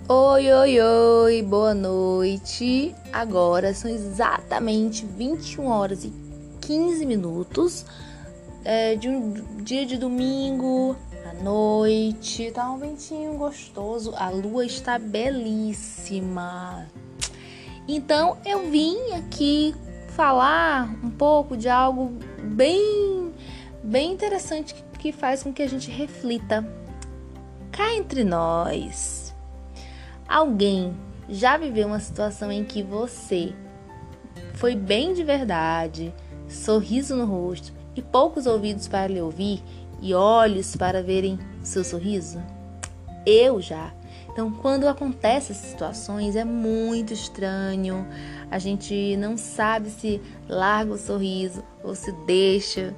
Oi, oi, oi, boa noite. Agora são exatamente 21 horas e 15 minutos de um dia de domingo à noite. Tá um ventinho gostoso, a lua está belíssima. Então eu vim aqui falar um pouco de algo bem interessante que faz com que a gente reflita. Cá entre nós. Alguém já viveu uma situação em que você foi bem de verdade, sorriso no rosto e poucos ouvidos para lhe ouvir e olhos para verem seu sorriso? Eu já. Então, quando acontecem essas situações, é muito estranho. A gente não sabe se larga o sorriso ou se deixa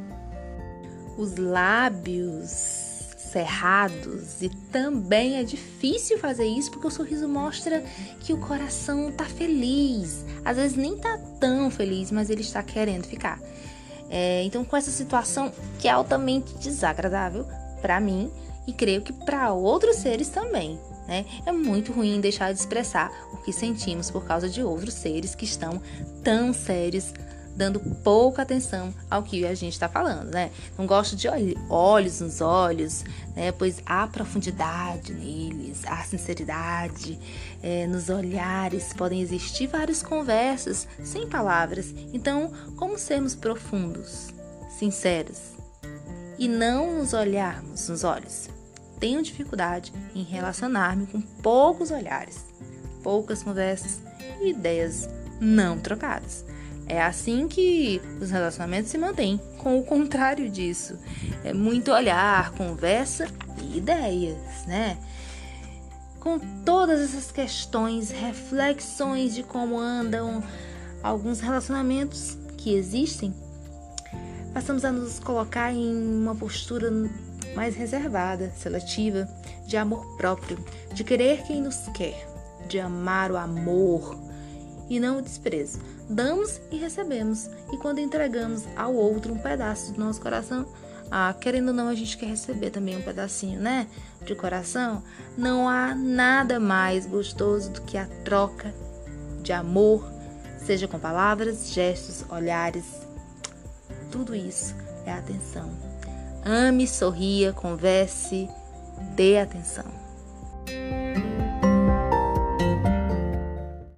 os lábios cerrados, e também é difícil fazer isso porque o sorriso mostra que o coração tá feliz, às vezes nem tá tão feliz, mas ele está querendo ficar. Então, com essa situação que é altamente desagradável para mim e creio que para outros seres também, né? É muito ruim deixar de expressar o que sentimos por causa de outros seres que estão tão sérios, dando pouca atenção ao que a gente está falando, né? Não gosto de olhos nos olhos, né? Pois há profundidade neles, há sinceridade nos olhares. Podem existir várias conversas sem palavras. Então, como sermos profundos, sinceros e não nos olharmos nos olhos? Tenho dificuldade em relacionar-me com poucos olhares, poucas conversas e ideias não trocadas. É assim que os relacionamentos se mantêm, com o contrário disso. É muito olhar, conversa e ideias, né? Com todas essas questões, reflexões de como andam alguns relacionamentos que existem, passamos a nos colocar em uma postura mais reservada, seletiva, de amor próprio, de querer quem nos quer, de amar o amor e não o desprezo. Damos e recebemos. E quando entregamos ao outro um pedaço do nosso coração, querendo ou não, a gente quer receber também um pedacinho, né? De coração. Não há nada mais gostoso do que a troca de amor, seja com palavras, gestos, olhares. Tudo isso é atenção. Ame, sorria, converse, dê atenção.